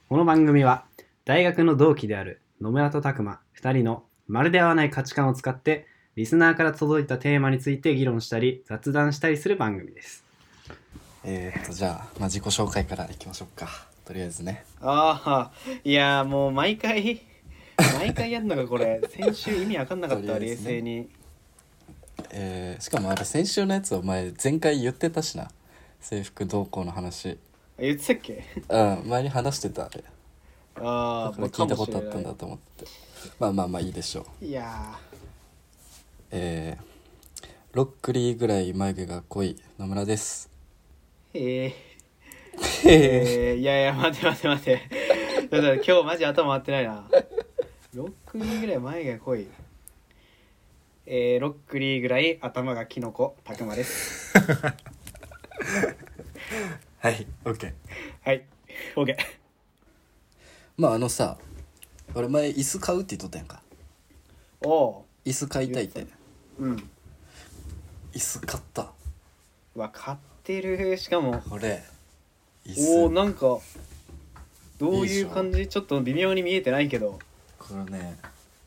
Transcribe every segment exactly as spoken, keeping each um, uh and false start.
この番組は大学の同期である野村と拓磨ふたりのまるで合わない価値観を使ってリスナーから届いたテーマについて議論したり雑談したりする番組です。 えーっとじゃあ、まあ、自己紹介からいきましょうか。とりあえずね。 ああ、いやーもう毎回毎回やんのかこれ。先週意味わかんなかったわ、 とりあえずね冷静に。 えー、しかもあれ先週のやつお前前回言ってたしな、制服同行の話。 言ってたっけ？ うん前に話してたあれ。 ああ、 だから聞いたことあったんだと思って。まあまあまあいいでしょう。 いやえー、ロックリーぐらい眉毛が濃い野村です。 ーへええー、いやいや待て待て待てだから今日マジ頭回ってないな。ロックリーぐらい前が濃い。えー、ロックリーぐらい頭がキノコたくまです。 はい OK。 はい OK。 まああのさ、俺前椅子買うって言っとったやんか。 おお椅子買いたいって。 うん椅子買った。 わかってる。しかもこれ椅おお、 子なんかどういう感じ？ いいでしょちょっと微妙に見えてないけど。 これね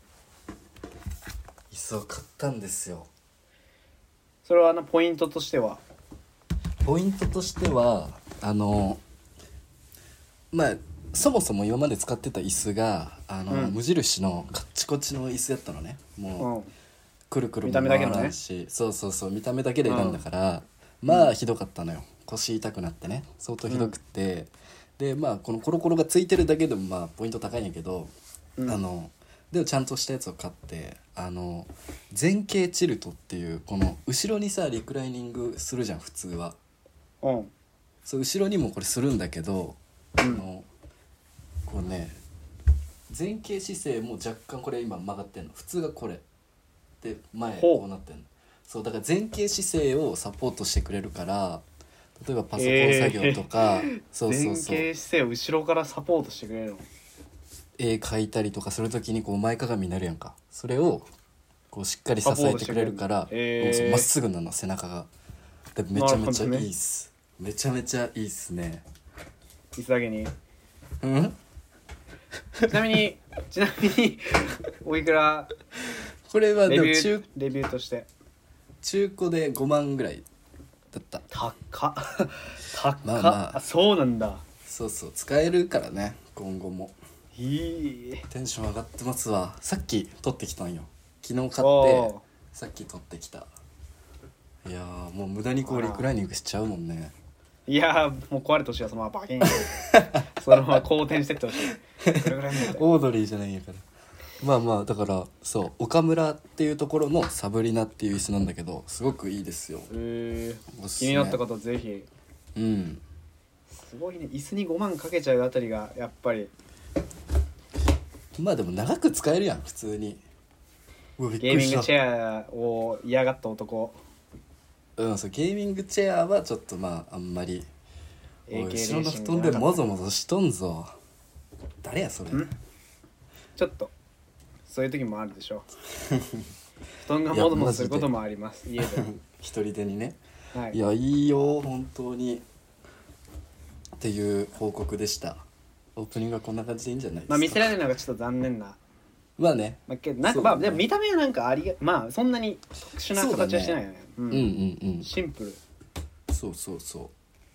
椅子を買ったんですよ。 それはなポイントとしては。 ポイントとしてはあのまあそもそも今まで使ってた椅子があの、 うん無印のカッチコチの椅子やったのね。もう、 うんくるくる見も回た目だけのねらんし、そうそうそう見た目だけで選んだから、まあひどかったのよ。腰痛くなってね、相当ひどくて、でまあこのコロコロがついてるだけでもまあポイント高いんやけど、 うんあのでもちゃんとしたやつを買って、あの前傾チルトっていうこの後ろにさリクライニングするじゃん普通は。 うんそう後ろにもこれするんだけど、 うんあのこうね前傾姿勢も若干これ今曲がってんの。普通がこれで前ほうこうなってんの。そうだから前傾姿勢をサポートしてくれるから、例えばパソコン作業とか、そうそうそう前傾姿勢を後ろからサポートしてくれるの。 絵描いたりとかするときにこう前かがみになるやんか。それをこうしっかり支えてくれるからサポートしてくれるもうそうへーまっすぐなの背中が。でめちゃめちゃいなるほどねいっす、めちゃめちゃいいっすね。 椅子だけに。 うんちなみにちなみにおいくら？ これはでレビューも中レビューとして中古でごまんぐらいだった。 高っ高っ、 まあまああそうなんだ。 そうそう使えるからね今後も。 いい。 テンション上がってますわ。さっき撮ってきたんよ。昨日買っておさっき撮ってきた。いやーもう無駄にこうリクライニングしちゃうもんね。 いやーもう壊れてほしいよそのままバキンそのまま好転してってほしい。これぐらい見えた。 オードリーじゃないんやから。まあまあだからそう岡村っていうところのサブリナっていう椅子なんだけどすごくいいですよ。 えー、 おすすめ。 気になった方ぜひ。 うんすごいね、椅子にごまんかけちゃうあたりがやっぱり。 まあでも長く使えるやん普通に。うわびっくゲーりした。 ミングチェアを嫌がった男。 うんそうゲーミングチェアはちょっとまああんまり。おいエーケー後ろの布レーシング団でもぞじゃなかっもぞしとんぞ。誰やそれ。 んたちょっとそういう時もあるでしょ布団がもぞもぞすることもあります家で。 一人でにね。 はいいやいいよ本当にっていう報告でした。オープニングはこんな感じでいいんじゃないですか。 まあ見せられないのがちょっと残念な。 まあね、 まあ、けどなんかそうだねまあでも見た目はなんかありがまあそんなに特殊な形はしてないよね。ううんうんうんシンプル。 そうそうそ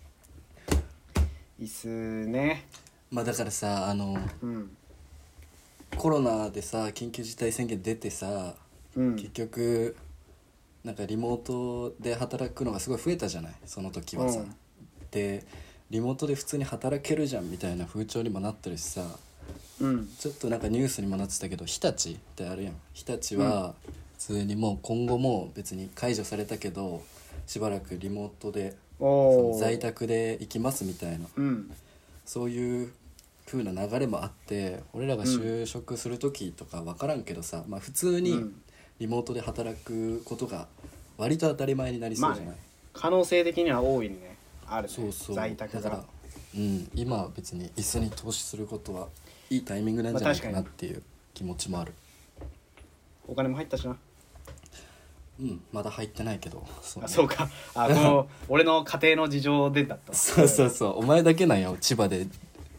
椅子ね。 う。まあだからさあのうんコロナでさ緊急事態宣言出てさ、 うん結局なんかリモートで働くのがすごい増えたじゃないその時はさ、 うんでリモートで普通に働けるじゃんみたいな風潮にもなってるしさ、 うんちょっとなんかニュースにもなってたけど日立ってあるやん。日立は普通にもう今後も別に解除されたけどしばらくリモートでそおおの在宅で行きますみたいな、 うんそういう風な流れもあって、俺らが就職する時とか分からんけどさ、まあ普通にうんリモートで働くことが割と当たり前になりそうじゃない、 まあね可能性的には大いにねあるね。 そうそう在宅がだからうん今は別に椅子に投資することはいいタイミングなんじゃないかなっていう気持ちもある。 お金も入ったしな。 うんまだ入ってないけどそう、 あそうか。あこの俺の家庭の事情でだったわ。 そうそうそうお前だけなんよ千葉で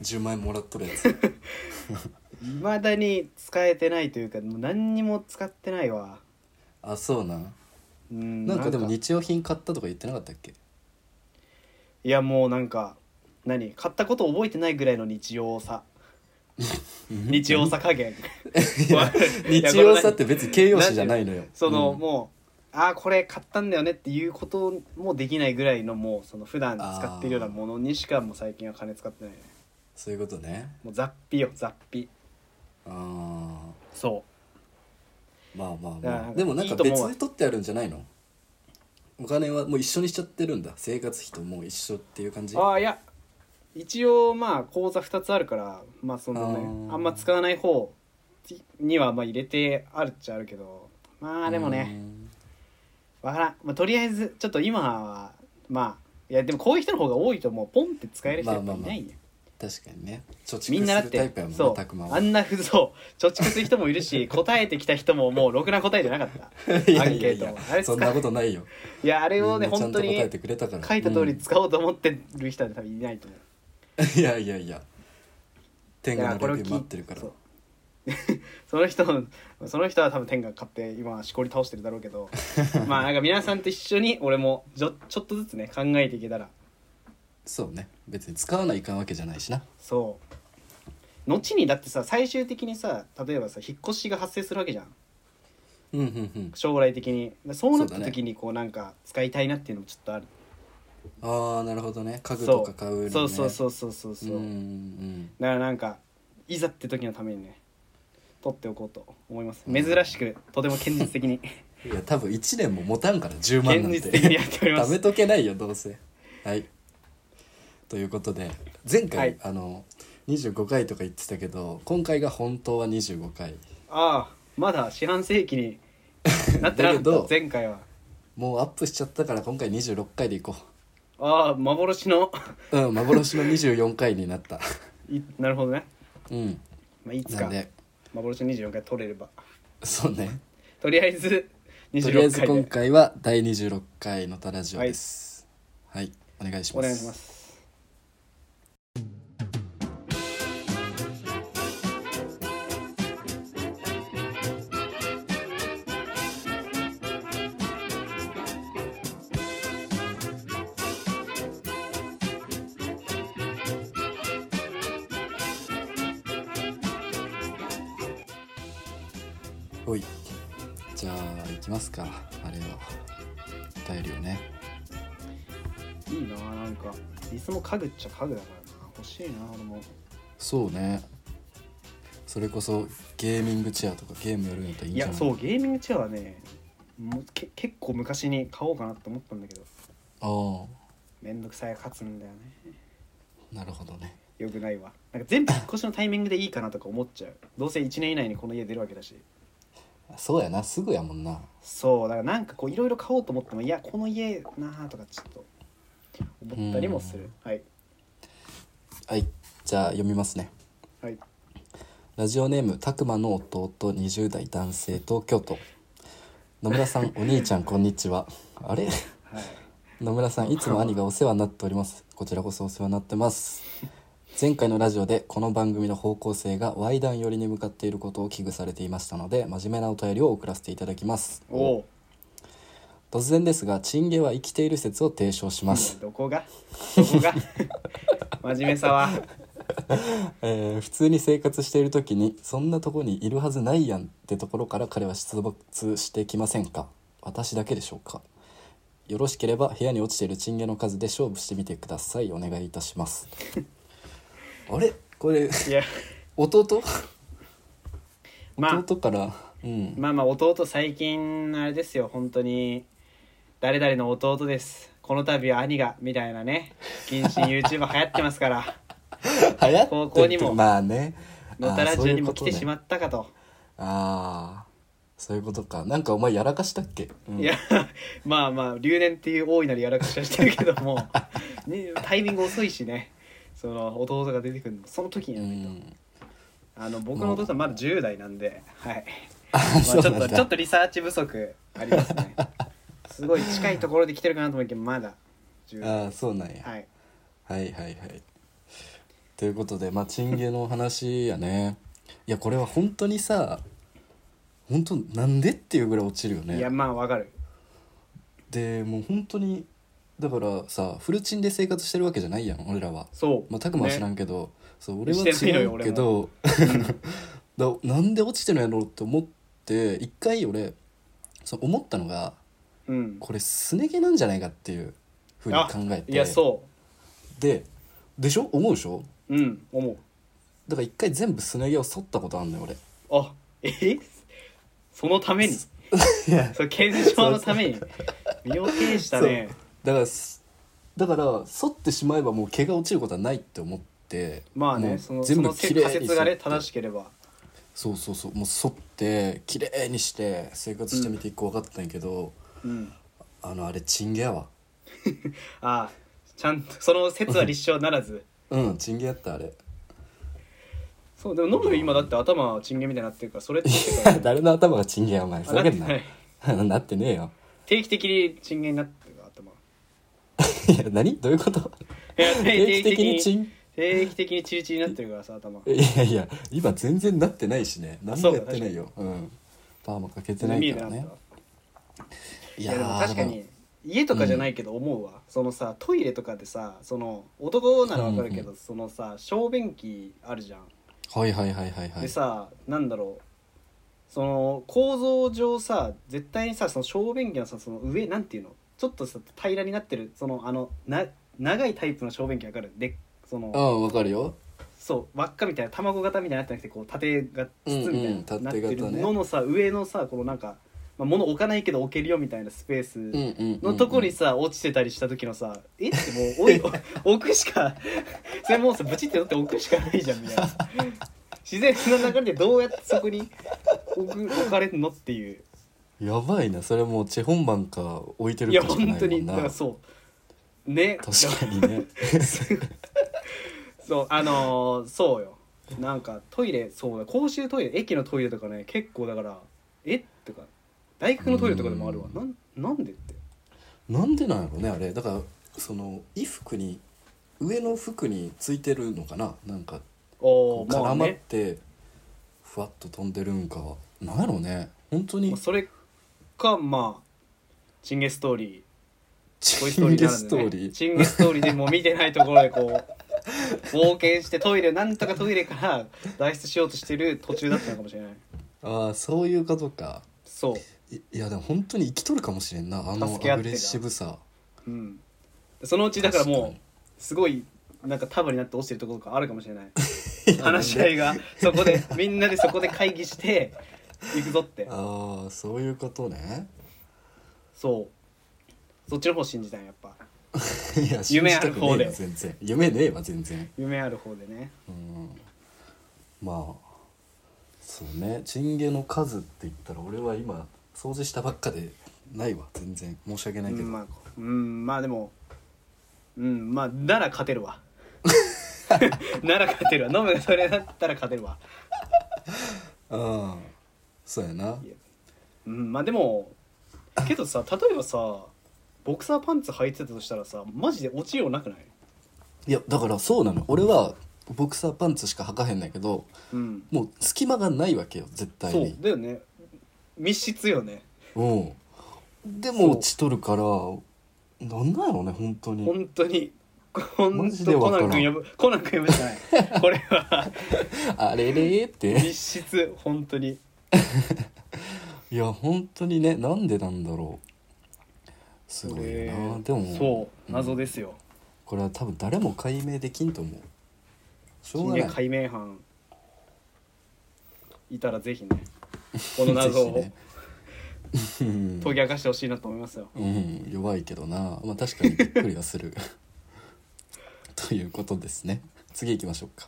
じゅうまん円もらっとるやついまだに使えてないというかもう何にも使ってないわ。 あ、そうなん。 うんなんかでもなんか日用品買ったとか言ってなかったっけ？ いやもうなんか何買ったこと覚えてないぐらいの日用さ日用さ加減いや日用さって別に形容詞じゃないのよ。 その、 うん、 もうあーこれ買ったんだよねっていうこともできないぐらいのもうその普段使ってるようなものにしかもう最近は金使ってないね。 そういうことね。 もう雑費よ雑費。 あそあ、まあまあだからなんかまあでもなんかいいと思うわ別で取ってあるんじゃないの？お金はもう一緒にしちゃってるんだ。生活費ともう一緒っていう感じ。 うああいや一応まあ口座ふたつあるからまあそのねあーあんま使わない方にはまあ入れてあるっちゃあるけどまあでもねわからん、まあ、とりあえずちょっと今はまあいやでもこういう人の方が多いと思う。ポンって使える人やっぱいないよ、 確かにね。貯蓄みんなだっするタイてプやもんね、 そうたくまは。 あんなふそう貯蓄する人もいるし答えてきた人ももうろくな答えじゃなかったいアやいやいやンケートもあれ使そんなことないよ。 いやあれをねみんなちゃんと答本当にえてくれたから。 書いた通りうん使おうと思ってる人は多分いないと思う、 いやいやいや天がいやこれを聞いなる日待ってるから。 そうその人その人は多分天が買って今しこり倒してるだろうけどまあなんか皆さんと一緒に俺もちょちょっとずつね考えていけたらそうね、別に使わないかんわけじゃないしな。 そう後にだってさ最終的にさ例えばさ引っ越しが発生するわけじゃんうんうんうん将来的にそうなったそうだね時にこうなんか使いたいなっていうのもちょっとある。 ああなるほどね。家具とか買うのね。 そうそうそうそうそうそう、 うんうんだからなんかいざって時のためにね取っておこうと思います。 うん珍しくとても堅実的にいや多分いちねんも持たんからじゅうまんなんて堅実的にやっております貯めとけないよどうせ。はいということで前回、 はいあのにじゅうごかいとか言ってたけど今回が本当はにじゅうごかい。 ああまだ四半世紀になってなかっただけど前回は。 もうアップしちゃったから今回にじゅうろっかいでいこああ幻のう。うん幻のにじゅうよんかいになったいなるほどね、 うんまあ、いつかなんで幻のにじゅうよんかい取れればそうねとりあえずと 26 りあえず今回で回はだいにじゅうろっかいのタラジオですはい、お願いします。 お願いします。 ほいじゃあ行きますか。あれをお便りをね。 いいななんか椅子も家具っちゃ家具だからな欲しいな俺も。 そうねそれこそゲーミングチェアとかゲームやるんやったらいいんいやじゃない？ そうゲーミングチェアはねもうけ結構昔に買おうかなって思ったんだけどあめんどくさい勝つんだよね。 あなるほどね。 よくないわ。なんか全部引っ越しのタイミングでいいかなとか思っちゃう。どうせいちねん以内にこの家出るわけだし。 そうやなすぐやもんな。 そうだからなんかこういろいろ買おうと思ってもいやこの家なーとかちょっと思ったりもする。はいはいじゃあ読みますね。 はいラジオネームたくまの弟にじゅう代男性東京都。野村さんお兄ちゃんこんにちは。あれはい野村さんいつも兄がお世話になっております。こちらこそお世話になってます。前回のラジオでこの番組の方向性がワイダン寄りに向かっていることを危惧されていましたので真面目なお便りを送らせていただきます。 おお突然ですがチンゲは生きている説を提唱します。 どこがどこが真面目さはえー普通に生活している時にそんなとこにいるはずないやんってところから彼は出没してきませんか？私だけでしょうか？よろしければ部屋に落ちているチンゲの数で勝負してみてください。お願いいたしますあれこれいや弟まあ弟からうんまあまあ弟最近あれですよ本当に誰々の弟ですこの度は兄がみたいなね不謹慎 YouTuber 流行ってますから流行って高校にもまあね野田ラジオにも来てしまっったかと。 ああそういうことか。なんかお前やらかしたっけ、うん、 いやまあまあ留年っていう大いなるやらかしはしてるけどもねタイミング遅いしねその弟が出てくるのその時にうやらないと、 んあの僕の弟はまだじゅう代なんで、はいあまあ、ちょっそうなんだとちょっとリサーチ不足ありますねすごい近いところで来てるかなと思うけどまだじゅう代。 ああそうなんや、 はいはいはいはいということでまあチンゲの話やね。いやこれは本当にさ本当なんでっていうぐらい落ちるよね。 いやまあわかる。 でもう本当にだからさフルチンで生活してるわけじゃないやん俺らは。 そうまあタクマは知らんけど、ね、そう俺はしてないのよ違うけどだなんで落ちてるんやろうって思って一回俺そう思ったのが、 うん、 これすね毛なんじゃないかっていうふうに考えて。 いやそうででしょ思うでしょ。 うん思う。 だから一回全部すね毛を剃ったことあんのよ俺。 あえそのためにいやそれ検証のために身を挺したね。 だからだから剃ってしまえばもう毛が落ちることはないって思ってまあねもうその全部そのきれいに仮説がね剃って正しければそうそうそうもう剃ってきれいにして生活してみて一個分かったんやけど、 うん、 あのあれチンゲやわああちゃんとその説は立証ならずうんチンゲやったあれ。 そうでもノブ今だって頭チンゲみたいになってるからそれっていや誰の頭がチンゲやお前ふざけんななってねえよ。 定期的にチンゲになってる頭いや何どういうこと。 いや定期的にチン定期的にチリチリになってるからさ頭。 いやいや今全然なってないしね何もやってないよ。う、うん、パーマかけてないからね。 いやでも確かに家とかじゃないけど思うわ、うん、そのさトイレとかでさその男ならわかるけど、うんうん、そのさ小便器あるじゃん。 はいはいはいはいはい。 でさなんだろうその構造上さ絶対にさその小便器のさその上なんていうのちょっとさ平らになってるそのあのな長いタイプの小便器わかるでそのうんわかるよ。 そう輪っかみたいな卵型みたいになってなくてこう縦が筒みたいな、うんうん、なってるののさ、ね、上のさこのなんか、まあ、物置かないけど置けるよみたいなスペースのとこにさ落ちてたりした時のさえってもう置い置くしかそれもうさブチって取って置くしかないじゃんみたいな自然な流れでどうやってそこに置く置かれるのっていう。 やばいなそれもうチェ本番か置いてるかしかないもんな。いや本当にだからそうね確かにねそうあのー、そうよなんかトイレそうだ公衆トイレ駅のトイレとかね結構だからえとか大学のトイレとかでもあるわ。なんなんでってなんでなんやろねあれ。だからその衣服に上の服についてるのかななんかこう絡まってふわっと飛んでるんかなんやろうね本当に。 それかまあチンゲストーリーチンゲストーリーチンゲストーリーでも見てないところでこう冒険してトイレなんとかトイレから脱出しようとしてる途中だったのかもしれない。 ああそういうことか。 そうい, いやでも本当に生きとるかもしれんなあのアグレッシブさ、 うん、そのうちだからもうすごいなんか束になって落ちてるところとかあるかもしれない話し合いがそこでみんなでそこで会議して行くぞって。 ああそういうことね。 そうそっちの方信じたんやっぱいや夢ある方で全然夢ねえわ全然夢ある方でね。 うんまあそうねチンゲの数って言ったら俺は今掃除したばっかでないわ全然申し訳ないけど。 うんまあ、うん、まあでもうんまあなら勝てるわなら勝てるわ飲むそれだったら勝てるわああそうやな。 うんまあでもけどさ例えばさボクサーパンツ履いてたとしたらさマジで落ちようなくない？ いやだからそうなの俺はボクサーパンツしか履かへんねんけど、 うん、 もう隙間がないわけよ絶対に。 そうだよね密室よね。 うんでも落ちとるからなんなんやろね本当に本当に本当コナン君呼ぶコナン君呼ぶじゃないこれはあれれーって密室本当にいや本当にねなんでなんだろうすごいな、えー、でもそう謎ですよ、うん、 これは多分誰も解明できんと思う。しょうがない解明班いたらぜひねこの謎をね解き明かしてほしいなと思いますよ。 うん弱いけどなまあ確かにびっくりはするということですね。次行きましょうか。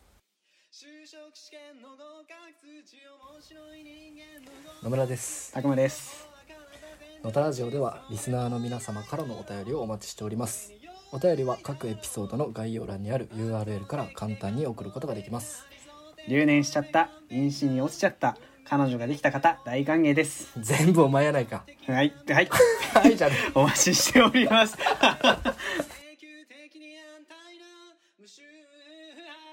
野村です。 たくまです。 野田ラジオではリスナーの皆様からのお便りをお待ちしております。お便りは各エピソードの概要欄にある ユーアールエル から簡単に送ることができます。 留年しちゃった、妊娠に落ちちゃった、彼女ができた方大歓迎です。 全部お前やないか。 はいはいはいじゃあ、ね、 お待ちしております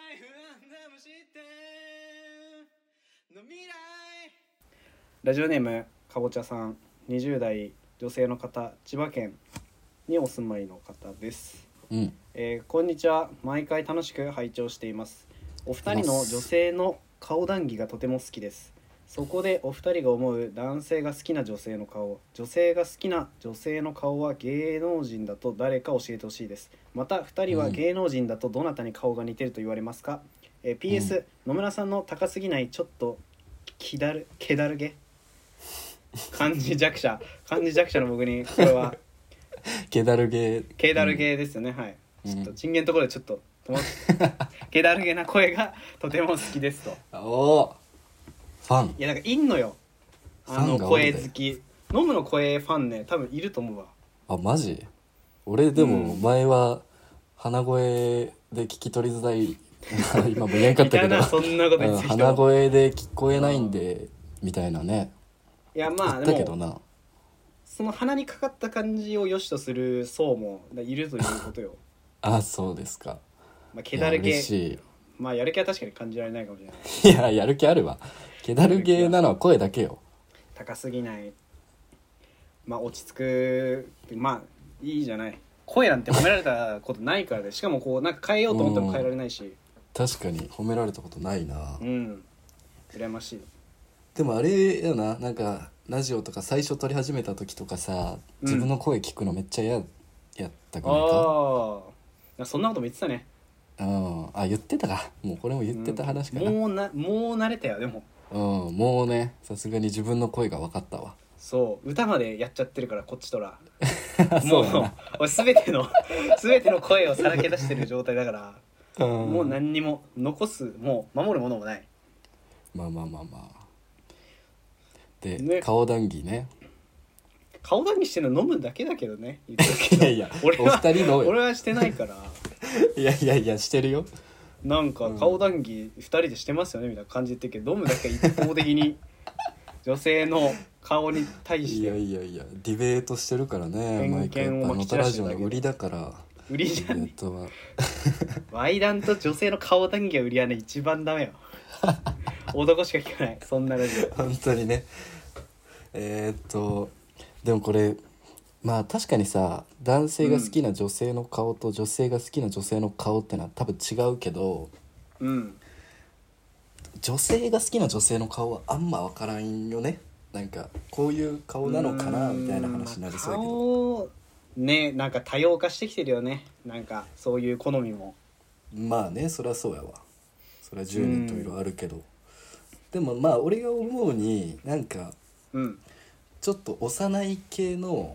の未来。ラジオネームかぼちゃさん、にじゅう代女性の方、千葉県にお住まいの方です、 うんえー、こんにちは。毎回楽しく拝聴しています。お二人の女性の顔談義がとても好きです。そこでお二人が思う男性が好きな女性の顔、女性が好きな女性の顔は芸能人だと誰か教えてほしいです。また二人は芸能人だとどなたに顔が似てると言われますか？えー、ピーエス、うん、野村さんの高すぎないちょっと気だる気だるげ漢字弱者漢字弱者の僕にこれは気だるげ気だるげですよね、うん、はい。ちょっとチンゲンのところでちょっと止まって気だるげな声がとても好きですと。 おーファン。 いやなんかいんのよ、あの声好き。ノムの声ファンね多分いると思うわ。 あマジ？俺でも前は鼻声で聞き取りづらい今も言えんかったけどそんなこと言ってた人鼻声で聞こえないんでみたいなね。 いやまあ言ったけどな、 その鼻にかかった感じを良しとする層もいるということよあそうですか。 まあ気だるげ、 嬉しい。 まあやる気は確かに感じられないかもしれないいややる気あるわ。気だるげなのは声だけよ。 高すぎない、まあ落ち着く、まあいいじゃない。声なんて褒められたことないからで、しかもこうなんか変えようと思っても変えられないし。 確かに褒められたことないな。 うん羨ましい。 でもあれやな、なんかラジオとか最初撮り始めた時とかさ、自分の声聞くのめっちゃ嫌やったくないか、 うん、ああそんなことも言ってたね。 うんあ言ってたか。もうこれも言ってた話かな、 うん、もうなもう慣れたよでも。 うんもうねさすがに自分の声が分かったわ。 そう歌までやっちゃってるからこっちとらもう俺全ての全ての声をさらけ出してる状態だから、うん、もう何にも残すもう守るものもない。 まあまあまあまあで、ね、顔談義ね。 顔談義してるの飲むだけだけどね言ってるけどいやいや俺はお二人の俺はしてないからいやいやいやしてるよ。 なんか顔談義ふたりでしてますよねみたいな感じで言ってるけど、飲むだけ一方的に女性の顔に対していやいやいやディベートしてるからね。 偏見をまき散らしてるだけで。 売りだから売りじゃねえワイダンと女性の顔談義が売りはね一番ダメよ男しか聞かないそんなラジオ本当にね。えー、っとでもこれまあ確かにさ、男性が好きな女性の顔と女性が好きな女性の顔ってのは多分違うけど、 うん、 女性が好きな女性の顔はあんま分からんよね。なんかこういう顔なのかなみたいな話になりそうやけど、 顔ねなんか多様化してきてるよね。なんかそういう好みもまあねそりゃそうやわ。それはじゅうねんと色あるけど、でもまあ俺が思うになんか、 うん、 ちょっと幼い系の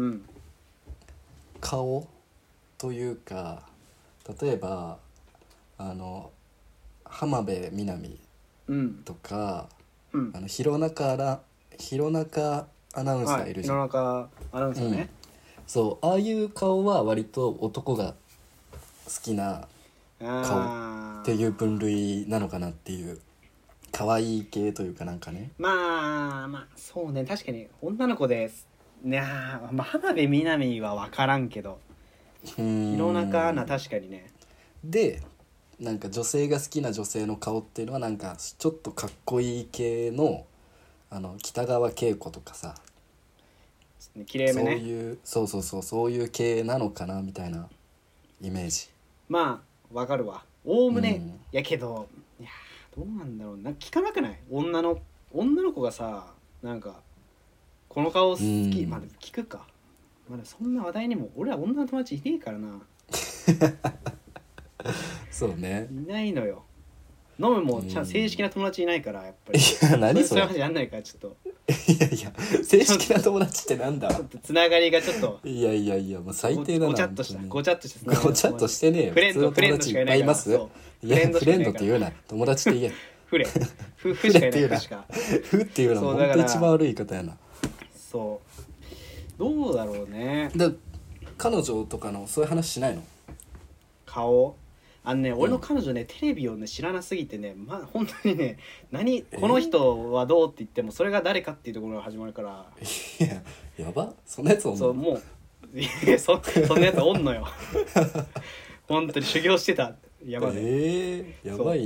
顔というか、例えばあの浜辺美波とか、うん、あの弘中ら弘中アナウンサーいるじゃん、 はい、弘中アナウンサーね、うん、 そうああいう顔は割と男が好きな顔っていう分類なのかなっていう。可愛い系というかなんかね。 まあまあそうね確かに女の子ですね。あ、まあ、浜辺美波は分からんけど弘中アナ確かにね。 でなんか女性が好きな女性の顔っていうのはなんかちょっとかっこいい系のあの北川景子とかさ、 綺麗めね。 そういうそうそうそうそういう系なのかなみたいなイメージ。 まあ分かるわおおむね、うん、やけどいやどうなんだろうな、聞かなくない？女の女の子がさなんかこの顔好き、うん、まあ聞くか、まあ、そんな話題にも俺は女の友達いねえからなそうねいないのよ。飲むもちゃん正式な友達いないからやっぱり。 いや何それ。 そういう話やんないからちょっといやいや正式な友達ってなんだ。 ちょっとつながりがちょっといやいやいやもう最低だな。 ごちゃっとしたごちゃっとしたごちゃっとしてねえよ。 フレンドフレンドしかいないから。 ますいやフレンドって言うな、友達って言え。 フレフフしかいないからしかフっていうのは本当一番悪い言い方やな。 そうどうだろうね。 で彼女とかのそういう話しないの？ 顔あのね、俺の彼女ね、うん、テレビをね知らなすぎてね、まあ本当にね何この人はどうって言ってもそれが誰かっていうところが始まるから。 いややばそんなやつおんの？ そうもういや そ, そんなやつおんのよ本当に修行してた。やばい、ね、 えー、やばいね。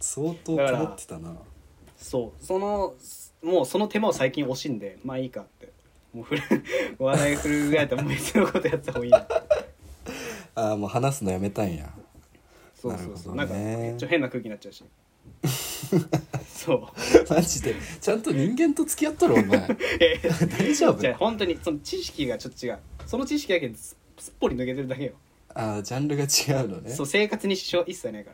相当困ってたな。 そうそのもうその手間を最近惜しんでまあいいかってもう振る話題振るぐらいだったらもう別のことやった方がいいなってああもう話すのやめたんや。 そうそうそう、 なるほどね。 なんかめっちゃ変な空気になっちゃうしそうマジでちゃんと人間と付き合っとるお前大丈夫？ じゃあ本当にその知識がちょっと違う、その知識だけすすっぽり抜けてるだけよ。 ああジャンルが違うのね。 そう生活に支障一切ないから。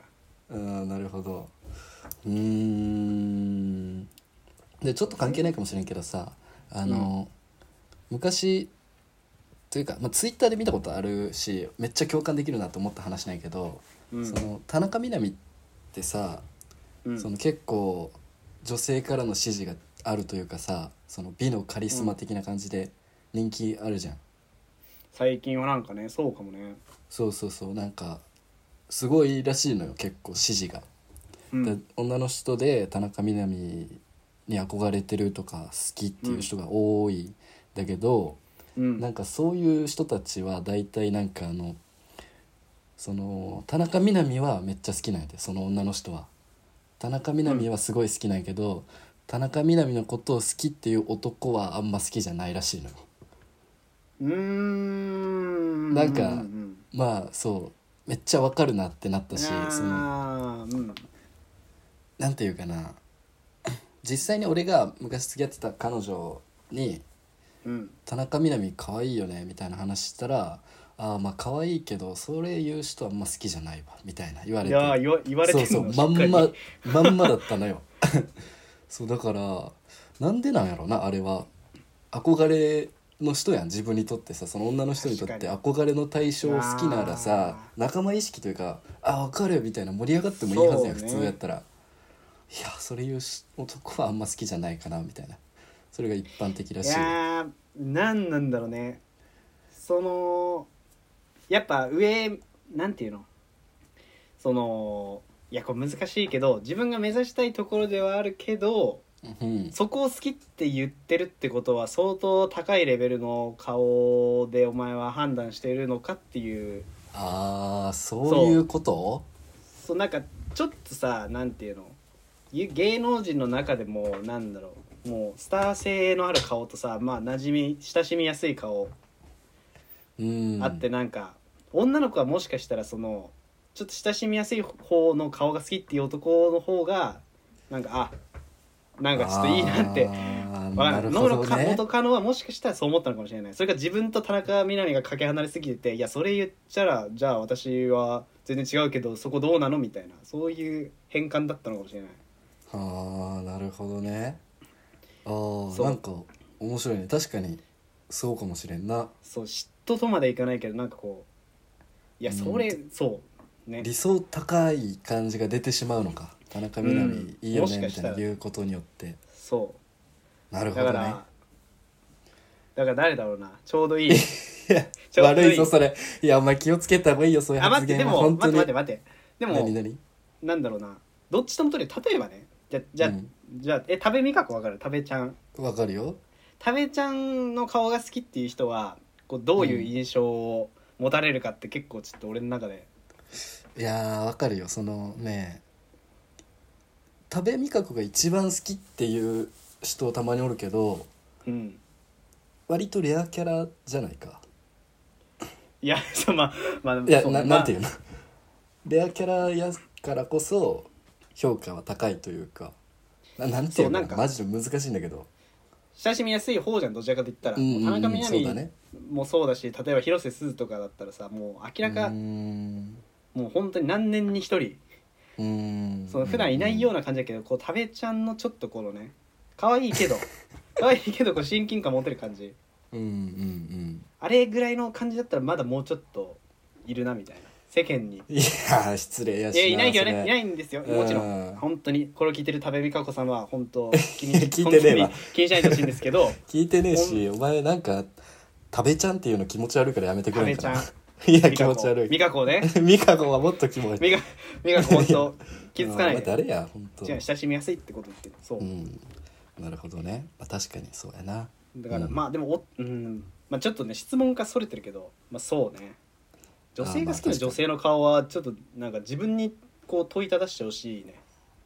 ああなるほど。うーんでちょっと関係ないかもしれんけどさあの、うん、昔というか、まあ、ツイッターで見たことあるしめっちゃ共感できるなと思った話なんやけど、うん、その田中みな実ってさ、うん、その結構女性からの支持があるというかさその美のカリスマ的な感じで人気あるじゃん、うん、 最近はなんかねそうかもね。 そうそうそうなんかすごいらしいのよ結構支持が、うん、で女の人で田中みな実に憧れてるとか好きっていう人が多いんだけど、うん、なんかそういう人たちは大体なんかあのその田中みな実はめっちゃ好きなんやでその女の人は。田中みな実はすごい好きなんやけど、うん、田中みな実のことを好きっていう男はあんま好きじゃないらしいのよ。 うーんなんか、うん、まあそうめっちゃわかるなってなったしその、うん、なんていうかな実際に俺が昔付き合ってた彼女に、うん、田中みな実可愛いよねみたいな話したらああまあ可愛いけどそれ言う人はあんま好きじゃないわみたいな言われて、いや言わ、言われてるのそうそうまんままんまだったのよそうだからなんでなんやろなあれは憧れの人やん自分にとってさその女の人にとって憧れの対象を好きならさ仲間意識というかあ分かるみたいな盛り上がってもいいはずやん、ね、普通やったらいやそれ言う男はあんま好きじゃないかなみたいなそれが一般的らしい。いやなんなんだろうねそのやっぱ上なんていうのそのいやこれ難しいけど自分が目指したいところではあるけど、うん、そこを好きって言ってるってことは相当高いレベルの顔でお前は判断しているのかっていう。 あーそういうこと？ そうなんかちょっとさなんていうの芸能人の中でもなんだろうもうスター性のある顔とさまあ馴染み親しみやすい顔うんあってなんか女の子はもしかしたらそのちょっと親しみやすい方の顔が好きっていう男の方がなんかあなんかちょっといいなってわかんない。野村元カノはもしかしたらそう思ったのかもしれない。それか自分と田中みな実がかけ離れすぎてていやそれ言っちゃらじゃあ私は全然違うけどそこどうなのみたいなそういう変換だったのかもしれない。 ああなるほどね。ああなんか面白いね確かにそうかもしれんな。 そう嫉妬とまでいかないけどなんかこういやそれ、うん、そうね理想高い感じが出てしまうのか田中みな実、うん、いいよねみたいな言うことによってそうなるほどね。だからだから誰だろうなちょうどいいいや悪いぞそれいやお前気をつけた方がいいよそういう発言は本当に。 待って待って待ってでも何何なんだろうなどっちともとり例えばねじゃじゃ、うん、じゃえ多部未華子わかる多部ちゃんわかるよ。 多部ちゃんの顔が好きっていう人はこうどういう印象を持たれるかって結構ちょっと俺の中で、 うん、いやーわかるよそのね多部未華子が一番好きっていう人たまにおるけど、うん、割とレアキャラじゃないか。 いやそうまあまあいやな、なんていうのレアキャラやからこそ評価は高いというか な, なんていうのかマジで難しいんだけど親しみやすい方じゃんどちらかと言ったら、うんうんうん、田中みな実もそうだし例えば広瀬すずとかだったらさもう明らかうーんもう本当に何年に一人うーんその普段いないような感じだけどこう多部ちゃんのちょっとこのね可愛いけど可愛いけどこう親近感持てる感じうんうんうんあれぐらいの感じだったらまだもうちょっといるなみたいな世間に。 いや失礼やしな。 いやいないけどねいないんですよもちろん本当にこれを聞いてる多部未華子さんは本当気に聞いてねえわ気にしないでほしいんですけど聞いてねえしお前なんか多部ちゃんっていうの気持ち悪いからやめてくれんかな。 多部ちゃんいや気持ち悪い美香子ね美香子はもっとキモい美香子本当傷つかないで誰や本当違う親しみやすいってこと言ってるそう、うん、 なるほどね、まあ、確かにそうやな。 だから、うん、まあでもお、うんまあ、ちょっとね質問がそれてるけど、まあ、そうね女性が好きな女性の顔はちょっとなんか自分にこう問いただしてほしいね。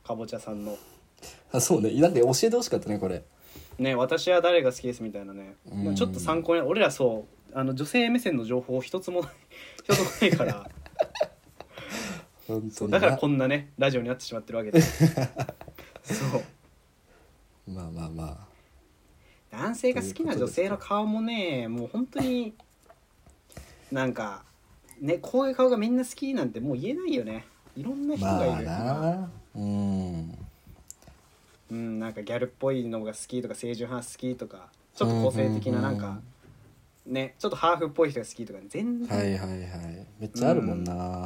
かぼちゃさんのあそうね、なんか教えてほしかったねこれね、私は誰が好きですみたいなね、 うんまあちょっと参考に、俺らそうあの女性目線の情報一つも一つもないから本当にだからこんなねラジオになってしまってるわけでそうまあまあまあ男性が好きな女性の顔もねもう本当になんかねこういう顔がみんな好きなんてもう言えないよね。いろんな人がいる、 まあなうんうん、なんかギャルっぽいのが好きとか清純派好きとかちょっと個性的ななんかねちょっとハーフっぽい人が好きとか全然、 はいはいはいめっちゃあるもんな、うん、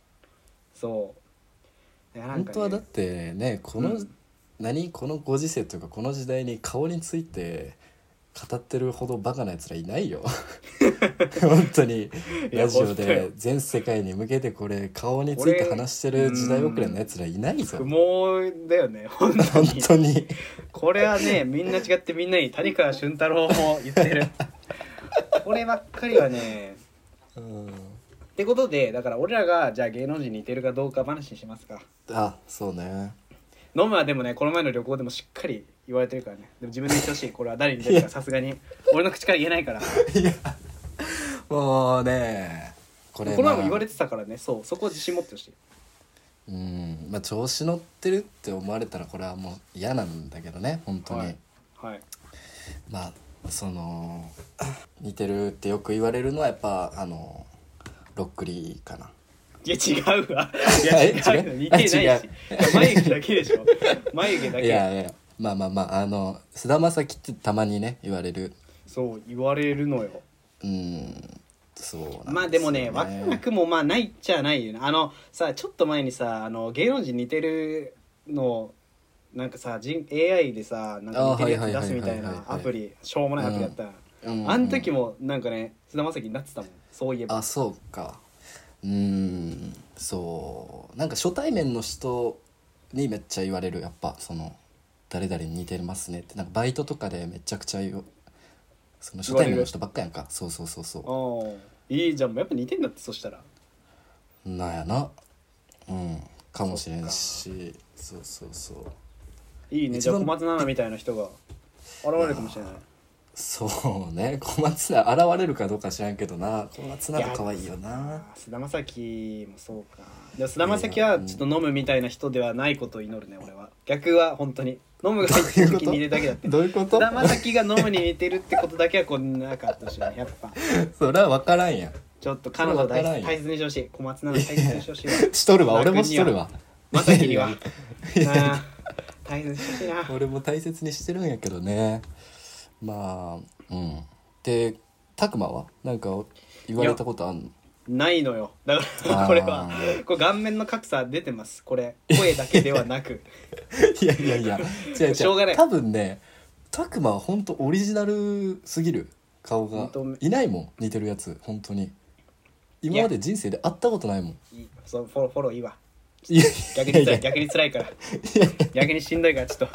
そうなんか、ね、 本当はだってねこの、うん、何このご時世というかこの時代に顔について語ってるほどバカなやつらいないよ本当にラジオで全世界に向けてこれ顔について話してる時代遅れのやつらいないぞ。 もうだよね本当に本当にこれはねみんな違ってみんなに谷川俊太郎も言ってるこればっかりはね、うん、ってことでだから俺らがじゃあ芸能人に似てるかどうか話にしますか。 あそうねノムはでもねこの前の旅行でもしっかり言われてるからね。でも自分で言ってほしいこれは誰に似てるかさすがに俺の口から言えないからいやもうねこれ、まあ、 この前も言われてたからねそうそこは自信持ってほしい。 うんまあ調子乗ってるって思われたらこれはもう嫌なんだけどね本当に、 はいはい、 まあその似てるってよく言われるのはやっぱあのロックリーかな。 いや違うわいや違う似てないし眉毛だけでしょ眉毛だけ。 いやいやまあまあまああの菅田将暉ってたまにね言われる。 そう言われるのよ。 うんそうなんですよね。 まあでもねわなくもまあないっちゃないよね。あのさちょっと前にさあの芸能人似てるのなんかさ エーアイ でさなんか似てるやつ出すみたいなアプリしょうもないアプリやったら、うんうん、あの時もなんかね菅田将暉になってたもんそういえば。 あそうかうーんそうなんか初対面の人にめっちゃ言われるやっぱその誰々に似てますねってなんかバイトとかでめちゃくちゃ言うその初対面の人ばっかやんか。そうそうそうそうあいいじゃんやっぱ似てんだってそしたらなんやなうんかもしれんしそうそうそういいねじゃあ小松菜奈みたいな人が現れるかもしれない。 そうね小松菜現れるかどうか知らんけどな小松菜可愛いよな。 菅田将暉もそうか。でも菅田将暉はちょっと飲むみたいな人ではないことを祈るね俺は。逆は本当に飲むが入ってる時に似てるだけだってどういうこと菅田将暉が飲むに似てるってことだけはこんなかったしやっぱそれは分からんやん。 ちょっと彼女を大大切にしてほしい。小松菜奈大切にしてほしいわしとるわ俺もしとるわまさきにはあ大切にしてほしいな。 俺も大切にしてるんやけどね。まあうんで拓磨はなんか言われたことあんの？ ないのよだからこれはこれ顔面の格差出てますこれ声だけではなくいやいやいや違う違うしょうがない。多分ね拓磨は本当オリジナルすぎる顔がいないもん似てるやつ本当に今まで人生で会ったことないもん。 いいそうフォローフォローいいわいや逆に辛い逆に辛いから逆にしんどいからちょっと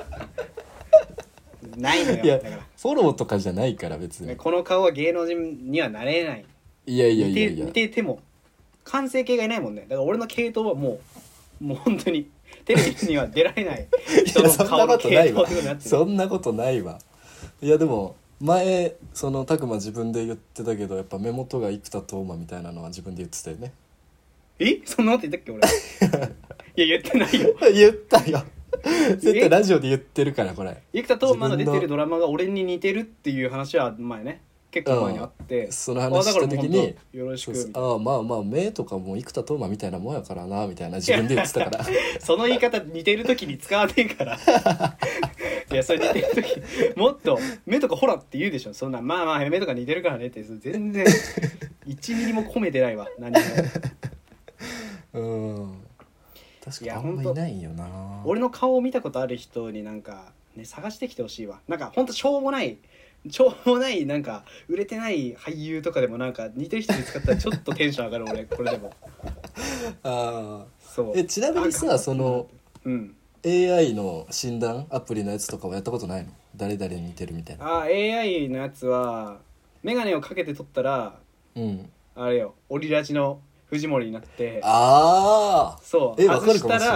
ないのよ。 いやだからフォローとかじゃないから別にこの顔は芸能人にはなれない。 いやいやいやいや似て似てても完成形がいないもんね。だから俺の系統はもうもう本当にテレビには出られない人の顔の系統になってる。 そんなことないわ。いやでも前その拓磨自分で言ってたけどやっぱ目元が生田斗真みたいなのは自分で言ってたよね。 えそんなこと言ったっけ俺いや言ってないよ言ったよ絶対ラジオで言ってるからこれ。 生田斗真の出てるドラマが俺に似てるっていう話は前ね結構前にあって、うん、 その話した時によろしくみたいなああまあまあ目とかも生田斗真みたいなもんやからなみたいな自分で言ってたからその言い方似てる時に使わねえからいやそれ似てる時もっと目とかほらって言うでしょ。そんなまあまあ目とか似てるからねって全然いちミリも込めてないわ何もうん確かにあんまいないよな。 俺の顔を見たことある人になんかね探してきてほしいわ。なんかほんとしょうもないしょうもないなんか売れてない俳優とかでもなんか似てる人に使ったらちょっとテンション上がる俺これでもああそうえちなみにさその、 うん、 エーアイ の診断アプリのやつとかはやったことないの？誰々に似てるみたいな。 あ エーアイ のやつはメガネをかけて撮ったら、うん、あれよオリラジの藤森になってああそうえ分かるかもしれないわ。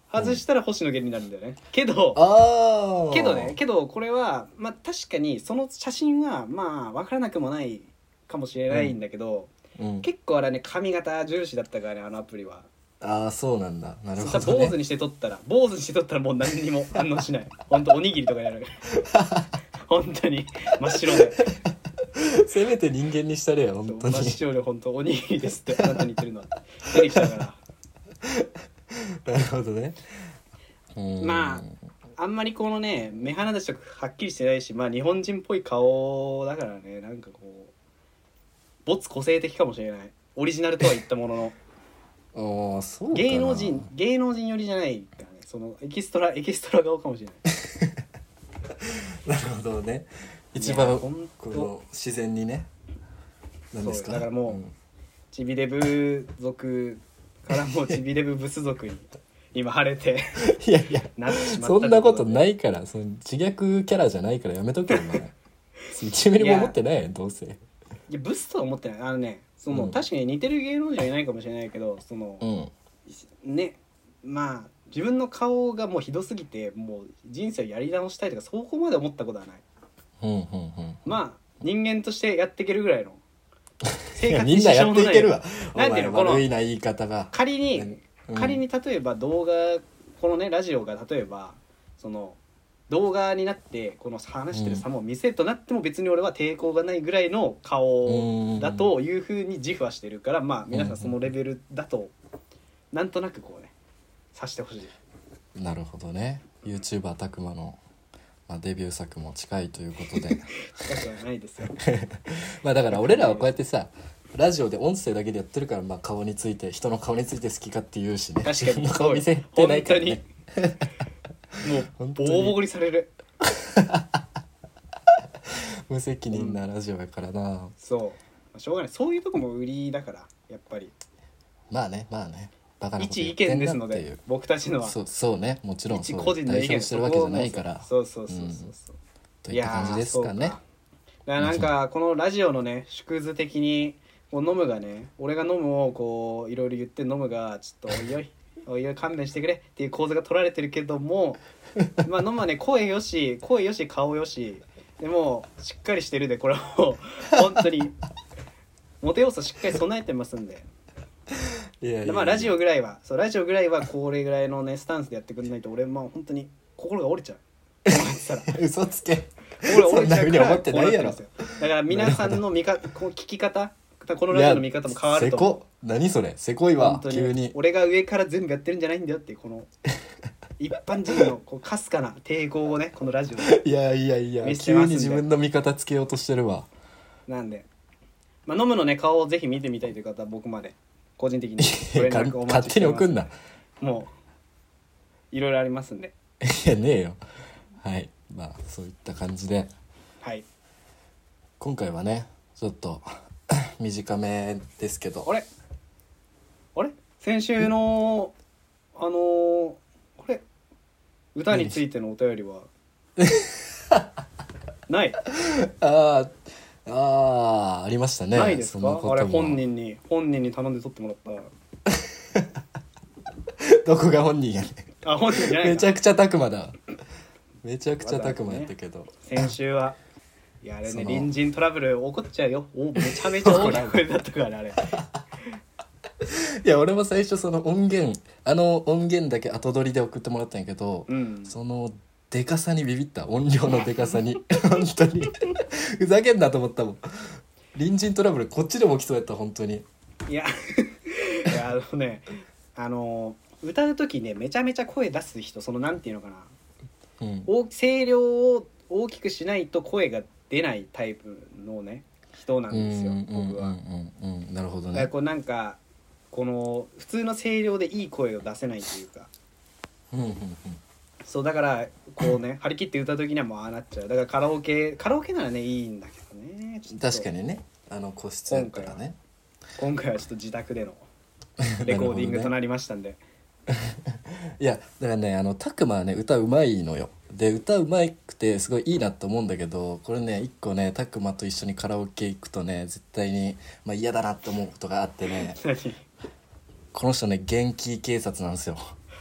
外したら星野源になるんだよね、けどああけどねけどこれはまあ確かにその写真はまあ分からなくもないかもしれないんだけど、 うん、 結構あれはね髪型重視だったからね、あのアプリは。 ああそうなんだ。なるほそしたどね。 ら坊主にして撮ったら坊主にして撮ったらもう何にも反応しない本当おにぎりとかやる本当に真っ白でせめて人間にしたれよ本当に。 真っ白で本当おにぎりですってあなたに言ってるのは出てきたからなるほどね。うんまああんまりこのね目鼻立ちとかはっきりしてないし、まあ日本人っぽい顔だからね、なんかこう没個性的かもしれない。オリジナルとは言ったもののああそうかな。 芸能人芸能人寄りじゃないからね、そのエキストラエキストラ顔かもしれないなるほどね。一いや番ほんとこの自然にね。何ですか。 そうだからもう、 んチビデブ族からもうチビデブブス族に今晴れていやいやなってしまったそんなこといないから、その自虐キャラじゃないからやめとけよお前。いちミリも思ってないやんどうせ。 いやブスとは思ってない。あのねその、 うん確かに似てる芸能人はいないかもしれないけど、その、 うんねまあ自分の顔がもうひどすぎてもう人生をやり直したいとかそこまで思ったことはない。 うんうんうんまあ人間としてやっていけるぐらいの生いや活みんなやっていけるわ。おなんていう前のこの悪いな言い方が。 仮に、 うん仮に例えば動画このねラジオが例えばその動画になってこの話してる様を見せるとなっても別に俺は抵抗がないぐらいの顔だというふうに自負はしてるから、まあ皆さんそのレベルだとなんとなくこうね察してほしい。 なるほどね。 YouTuber たくまの、まあ、デビュー作も近いということで近くはないですよまあだから俺らはこうやってさラジオで音声だけでやってるから、まあ顔について人の顔について好きかって言うしね。 確かに自分の顔見せてないからね。 もうボコボコにされる無責任なラジオやからな。 そうしょうがない、そういうとこも売りだからやっぱりまあねまあねバカなこと一意言ってん見ですのなっていうで僕たちのはそうそうねもちろんそう一個人の意見代表してるわけじゃないからそうそうそうそうそう、 といった感じですかね。 いやーそうかだからなんかこのラジオのね縮図的にこうノムがね俺がノムをこういろいろ言ってノムがちょっとおいおいおいおい勘弁してくれっていう構図が取られてるけどもまあノムはね声よし声よし顔よしでもしっかりしてるでこれはもう本当にモテ要素しっかり備えてますんでいやいやいやまあラジオぐらいはそうラジオぐらいはこれぐらいのねスタンスでやってくれないと俺も本当に心が折れちゃうこうやってたら嘘つけ心折れちゃうからそんな風に思ってないやろこうなってるんですよだから皆さんの見かこう聞き方このラジオの見方も変わると思う。 せこ何それせこいわ本当急に。 俺が上から全部やってるんじゃないんだよっていうこの一般人のこうかすかな抵抗をねこのラジオでいやいやいや見せてますんで急に自分の味方つけようとしてるわ。 なんでまあノムのね顔をぜひ見てみたいという方は僕まで個人的にご連絡をお待勝手ちしてますに送んな。 もういろいろありますんでいやねえよ。はいまあそういった感じではい今回はねちょっと短めですけどあれあれ先週のあのー、これ歌についてのお便りはないあーあーありましたね。 ないですかそのこともあれ本人に本人に頼んで撮ってもらっどこが本人やねたあ本人じゃないかめちゃくちゃたくまだめちゃくちゃたくまやったけど、 先週はいやあれねその隣人トラブル起こっちゃうよおめちゃめちゃ大きい声だったからねあれいや俺も最初その音源あの音源だけ後取りで送ってもらったんやけど、 うんそのでかさにビビった。音量のでかさに本当にふざけんなと思ったもん。隣人トラブルこっちでも起きそうやった本当に。 いやいやあのねあの歌う時ねめちゃめちゃ声出す人そのなんていうのかなうん大声量を大きくしないと声が出ないタイプのね人なんですよ僕は。 うんうんうんうんなるほどね。 だからこうなんかこの普通の声量でいい声を出せないというかうんうんうんそうだからこうね張り切って歌う時にはもうああなっちゃう。だからカラオケカラオケならねいいんだけどねちょっと確かにねあの個室やったらね。 今回はちょっと自宅でのレコーディングとなりましたんで、 いやだからねあのたくまはね歌うまいのよ。で歌うまくてすごいいいなと思うんだけどこれね一個ねたくまと一緒にカラオケ行くとね絶対に、まあ、嫌だなって思うことがあってね何この人ね元気警察なんですよ。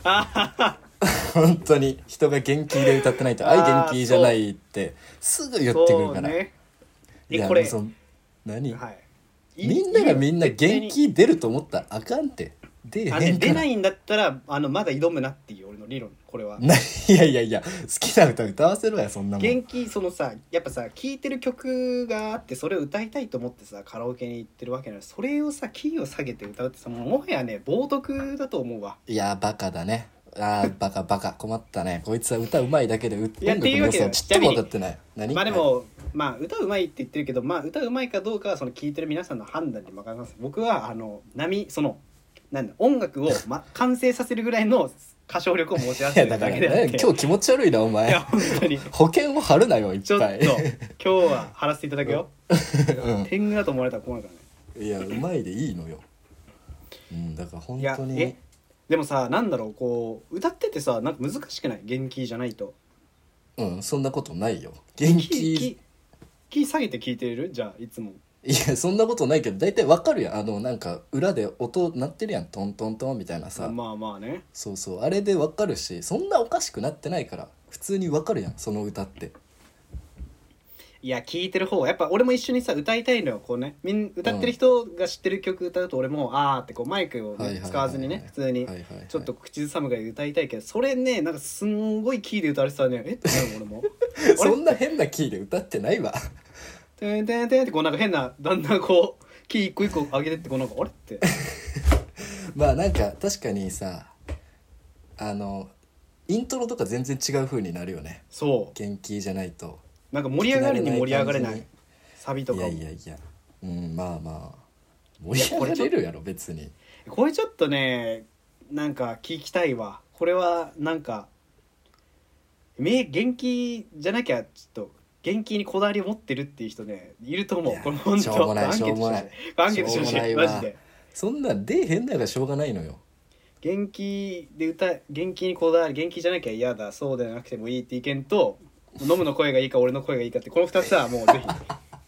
本当に人が元気で歌ってないと「愛元気じゃない」ってすぐ言ってくるから、 そうね、 いやえこれその何、 はい、 みんながみんな元気出ると思ったらあかんって出えあれへんから。 出ないんだったらあのまだ挑むなっていう俺の理論これは。 ないやいやいや好きな歌歌わせろやそんなもん。 元気そのさやっぱさ聴いてる曲があってそれを歌いたいと思ってさカラオケに行ってるわけなの。それをさキーを下げて歌うってさもはやね冒涜だと思うわ。 いやバカだね。あーバカバカ困ったね。こいつは歌うまいだけでういや音楽の良さをちっとも歌ってない。何まあでも、まあ歌うまいって言ってるけど、まあ歌うまいかどうかはその聴いてる皆さんの判断に任せます。僕はあの波そのなんだ音楽を、ま、完成させるぐらいの歌唱力を持ち合わせるいやだから、 だけであって。 ね、今日気持ち悪いなお前。 いや本当に保険を張るなよいっちょっとぱい。 今日は張らせていただくよ。 うん天狗だと思われたら困るからね。 いやうまいでいいのよ。うんだから本いや当に。 えでもさなんだろうこう歌っててさなんか難しくない元気じゃないと。 うんそんなことないよ。元キー気。 キー下げて聴いてるじゃあいつも。 いやそんなことないけど大体わかるやん。あのなんか裏で音鳴ってるやんトントントンみたいなさ。 まあまあね。 そうそうあれでわかるしそんなおかしくなってないから普通にわかるやんその歌って。 いや聴いてる方はやっぱ俺も一緒にさ歌いたいのよこうねみん歌ってる人が知ってる曲歌うと俺もあーってこうマイクを、ねはいはいはいはい使わずにね普通にはいはいはいちょっと口ずさむぐらい歌いたいけどそれねなんかすんごいキーで歌われてたらねえってなるの俺もそんな変なキーで歌ってないわ。 てんてんてんってこうなんか変なだんだんこうキー一個一個上げてってこうなんかあれってまあなんか確かにさあのイントロとか全然違う風になるよね。 そう元気じゃないとなんか盛り上がるに盛り上がれない聞き慣れない感じにサビとかもいやいやいやうんまあまあ盛り上がれるやろ別に。 これちょっとねなんか聞きたいわこれはなんかめ元気じゃなきゃちょっと元気にこだわりを持ってるっていう人ねいると思う。 いやこれ本当しょうもないアンケートしょうもないしてほしいアンケートしてほししょうもないいわマジでそんなん出えへんのがしょうがないのよ。 元気で歌元気にこだわり元気じゃなきゃ嫌だそうでなくてもいいって意見と飲むの声がいいか俺の声がいいかってこのふたつはもうぜひ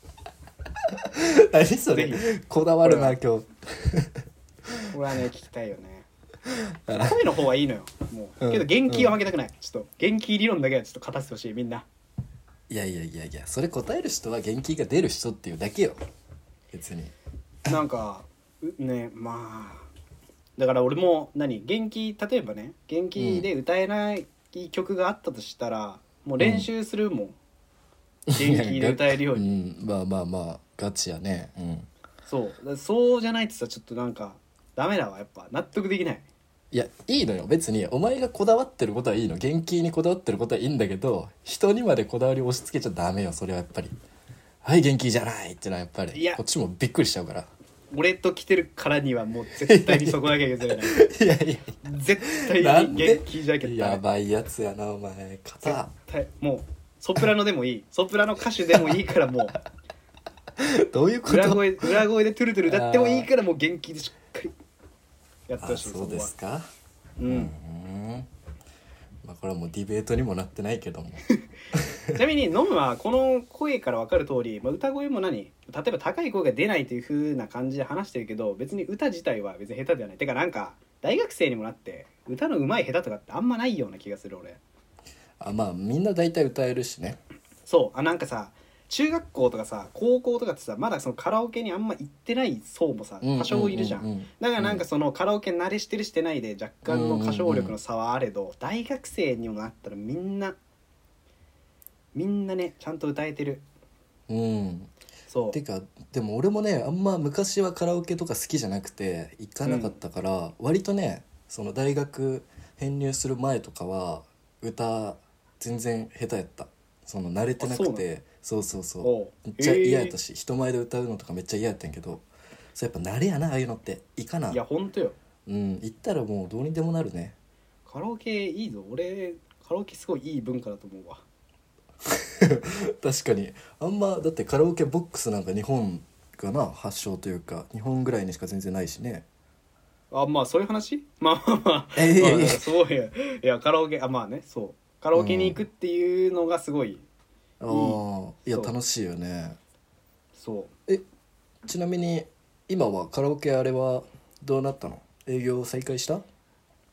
何それぜこだわるな今日。 これはね聞きたいよね声の方はいいのよもう、 うんけど元気は負けたくない、ちょっと元気理論だけはちょっと勝たせてほしいみんな。 いやいやいやいやそれ答える人は元気が出る人っていうだけよ別に。 なんかうねまあだから俺も何元気例えばね元気で歌えない曲があったとしたら、もう練習するもん、元気で歌えるように、 うん、まあまあまあガチやね。うんそうだからそうじゃないってさちょっとなんかダメだわやっぱ納得できない。 いやいいのよ別にお前がこだわってることはいいの元気にこだわってることはいいんだけど人にまでこだわりを押し付けちゃダメよそれはやっぱり。はい元気じゃないってのはやっぱりいやこっちもびっくりしちゃうから俺と来てるからにはもう絶対にそこだけは譲れないいやいや絶対なんでに元気じゃなきゃダメやばいやつやなお前絶肩対もうソプラノでもいいソプラノ歌手でもいいからもうどういうこと裏声裏声でトゥルトゥル歌ってもいいからもう元気でしっかりやってほあしい。 そうですか。 そこはううんんまあこれはもうディベートにもなってないけどもちなみにノムはこの声から分かる通り、まあ、歌声も何例えば高い声が出ないという風な感じで話してるけど別に歌自体は別に下手ではない。てかなんか大学生にもなって歌の上手い下手とかってあんまないような気がする俺。 あまあみんな大体歌えるしね。 そうあなんかさ中学校とかさ高校とかってさまだそのカラオケにあんま行ってない層もさ多少いるじゃん,、 うんうんうんうんだからなんかそのカラオケ慣れしてるしてないで若干の歌唱力の差はあれど、大学生にもなったらみんなみんなねちゃんと歌えてる。 うんそうてかでも俺もねあんま昔はカラオケとか好きじゃなくて行かなかったから、割とねその大学編入する前とかは歌全然下手やった。その慣れてなくてそうそうそうおうめっちゃ嫌やったし、人前で歌うのとかめっちゃ嫌やったんやけど、そうやっぱ慣れやなああいうのっていいかな。 いやほんとようん行ったらもうどうにでもなるね。 カラオケいいぞ俺カラオケすごいいい文化だと思うわ。 確かにあんまだってカラオケボックスなんか日本がな発祥というか日本ぐらいにしか全然ないしね。 あまあそういう話まあまあまあ、 えーまあなんかすごいいやカラオケあまあねそうカラオケに行くっていうのがすごい、 ああいやそう楽しいよね。 そうえちなみに今はカラオケあれはどうなったの？営業再開した？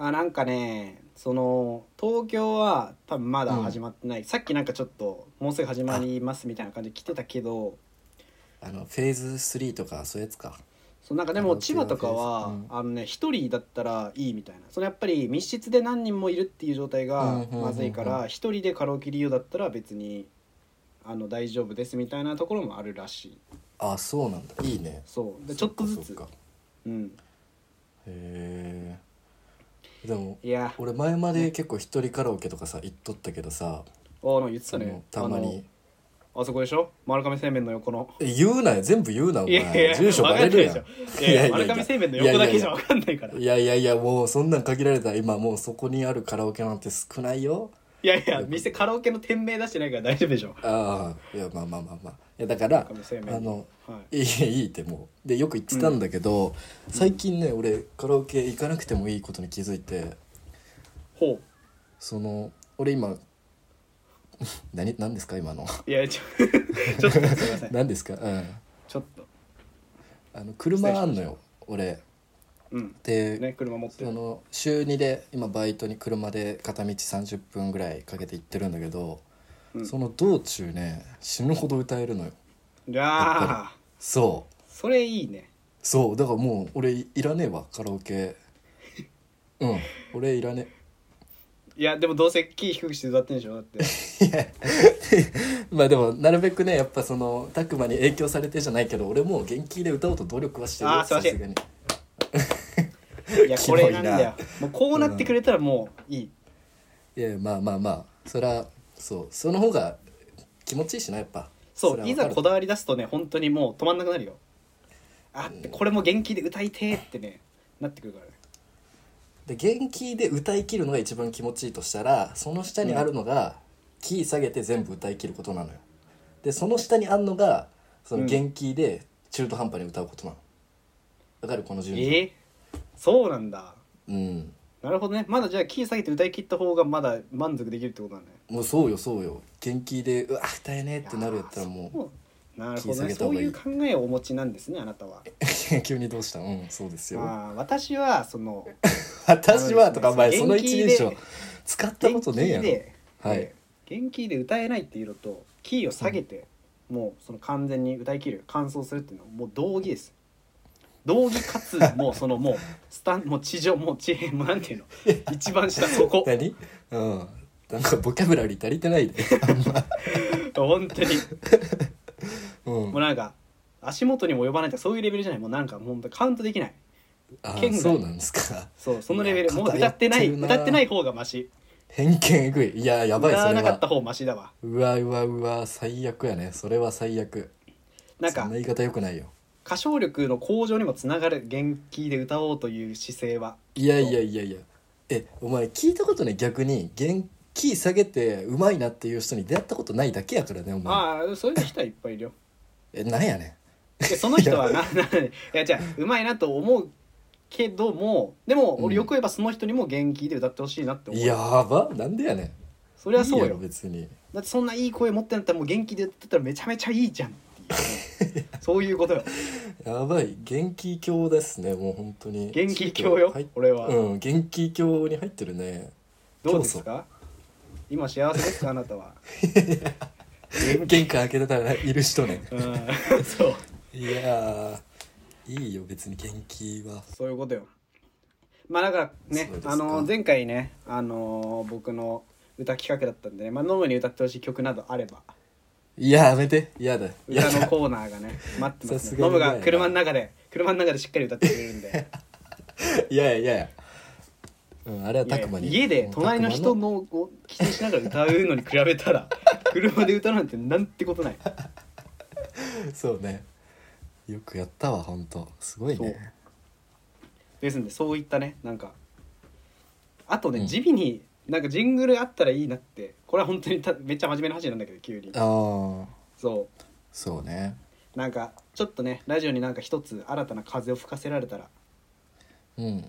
あなんかねその東京は多分まだ始まってない、うん、さっきなんかちょっともうすぐ始まりますみたいな感じで来てたけど、 あのフェーズスリーとかそういうやつか。 そうなんかでも千葉とかは、うん、あのね一人だったらいいみたいな、そのやっぱり密室で何人もいるっていう状態がまずいから一、うん、人でカラオケ利用だったら別にあの大丈夫ですみたいなところもあるらしい。 あそうなんだ、いいね。 そうでちょっとずつうんへえ。でもいや俺前まで結構一人カラオケとかさ行っとったけどさ、 あの言ってたね、 たまにあ, あそこでしょ丸亀製麺の横の。 え言うなよ、全部言うなお前。 いやいや住所バレるやん。 いやいや丸亀製麺の横だけじゃ分かんないから。 いやいやいやもうそんなん限られた今もうそこにあるカラオケなんて少ないよ。 いやいや店カラオケの店名出してないから大丈夫でしょ。 ああいやまあまあまあまあ、いやだからあの、はい、いいいいってもうでよく言ってたんだけど、うん、最近ね俺カラオケ行かなくてもいいことに気づいて、 ほうその俺今何何ですか今の。 いやちょちょっとすいません何ですか、うん、 ちょっとあの車あんのよ俺。 うんで、 ね、車持ってる。 あの週にで今バイトに車で片道さんじゅっぷんぐらいかけて行ってるんだけど、うん、その道中ね死ぬほど歌えるのよ。 いやそうそれいいね。 そうだからもう俺いらねえわカラオケうん俺いらねいやでもどうせキー低くして歌ってんでしょだっていやまあでもなるべくねやっぱそのたくまに影響されてじゃないけど俺も元気で歌おうと努力はしてる。 あさすがにいやこれなんだよもうこうなってくれたらもういい、 うん、いやまあまあまあそりゃそうその方が気持ちいいしなやっぱ。 そういざこだわり出すとね本当にもう止まんなくなるよ。あってこれも元気で歌いてーってねなってくるからね。 で元気で歌い切るのが一番気持ちいいとしたらその下にあるのが、うん、キー下げて全部歌い切ることなのよ。でその下にあるのがその元気で中途半端に歌うことなの。わかるこの順序。 えー、そうなんだ。 うんなるほどね。まだじゃあキー下げて歌い切った方がまだ満足できるってことなんだね。 もうそうよそうよ元気でうわ歌えねえってなるやったらもうなるほどね、そういう考えをお持ちなんですねあなたは。 急にどうしたん。うんそうですよ。 あ私はその私はとか前その一人称使ったことねえやろ。 ではい、 元気で歌えないっていうのとキーを下げて、うん、もうその完全に歌い切る完走するっていうのはもう同義です。同義かつもうそのもうスタンもう地上もう地平もうなんていうの一番下そこ何うんなんかボキャブラリー足りてないであんま本当にうん、 もうなんか足元にも及ばないとかそういうレベルじゃない。もうなんか本当カウントできない。 あそうなんですか。 そうそのレベルもう歌ってない歌ってない方がマシ。 偏見えぐい。いややばいそれは。 歌わなかった方マシだわ。 うわうわうわ最悪やねそれは最悪。 なんかそんな言い方良くないよ。 歌唱力の向上にもつながる元気で歌おうという姿勢は。 いやいやいやいやえお前聞いたことね逆に元気下げてうまいなっていう人に出会ったことないだけやからねお前。 ああそういう人はいっぱいいるよ。 えなんやねんその人はなな、いやじゃあうまいなと思うけどもでも俺よく言えばその人にも元気で歌ってほしいなって思う。 やばなんでやねん。 それはそうよ。 いいやろ別に。 だってそんないい声持ってんだったらもう元気で歌ってたらめちゃめちゃいいじゃんっていうそういうことよ。 やばい元気教ですねもう本当に。 元気教よ俺は。 うん元気教に入ってるね。 どうですか今幸せですかあなたは。 玄関開けたらいる人ね。 うんそういやいいよ別に元気は。 そういうことよ。まあだからねあの前回ねあの僕の歌企画だったんでね、まあ、ノムに歌ってほしい曲などあれば。 いややめて嫌だ歌のコーナーがね待ってますね。ノムが車の中で車の中でしっかり歌ってくれるんでいやいやいやいや、うん、あれはたくまに家で隣の人のを気にしながら歌うのに比べたら車で歌うなんてなんてことないそうねよくやったわほんとすごいね。 ですんでそういったねなんかあとね、 うん、 地味になんかジングルあったらいいなってこれは本当にためっちゃ真面目な話なんだけど急に。 ああそうそうねなんかちょっとねラジオになんか一つ新たな風を吹かせられたらうん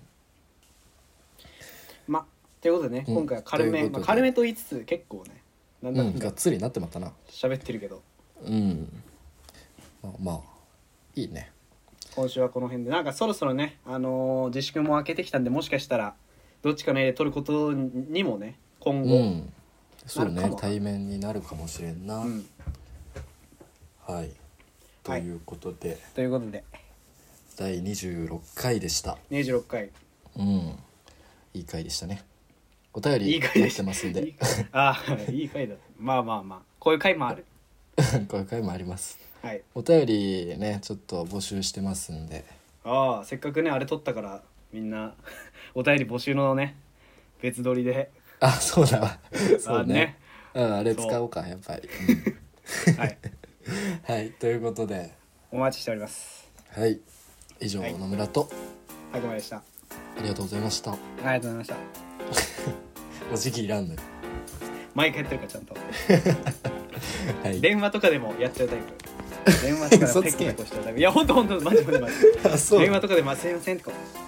まということでね、うん、今回は軽め、まあ、軽めと言いつつ結構ねなんだかんだ、うん、がっつりなってまったな喋ってるけどうんまあ、まあ、いいね。 今週はこの辺でなんかそろそろねあのー、自粛も明けてきたんでもしかしたらどっちかの家で撮ることにもね今後、 うんそうねなるかも対面になるかもしれんな、 うんはいということで、 ということでだいにじゅうろっかいでした。 にじゅうろっかいうんいい回でしたね。お便いり待っい回でしてたますんでああいい回だまあまあまあこういう回もあるこういう回もあります。 はいお便りねちょっと募集してますんでああせっかくねあれ撮ったからみんなお便り募集のね別撮りであそうだわそうねあうんあれ使おうかやっぱり、 はいうんはいということでお待ちしておりますはい以上はい野村と、 あくまでしたありがとうございました。 ありがとうございましたお辞儀いらんのよマイクやってるかちゃんとはい電話とかでもやっちゃうタイプ電話とかでもペコペコしちゃうタイプいやほんとほんとマジマジマジあそう電話とかでもすいませんとか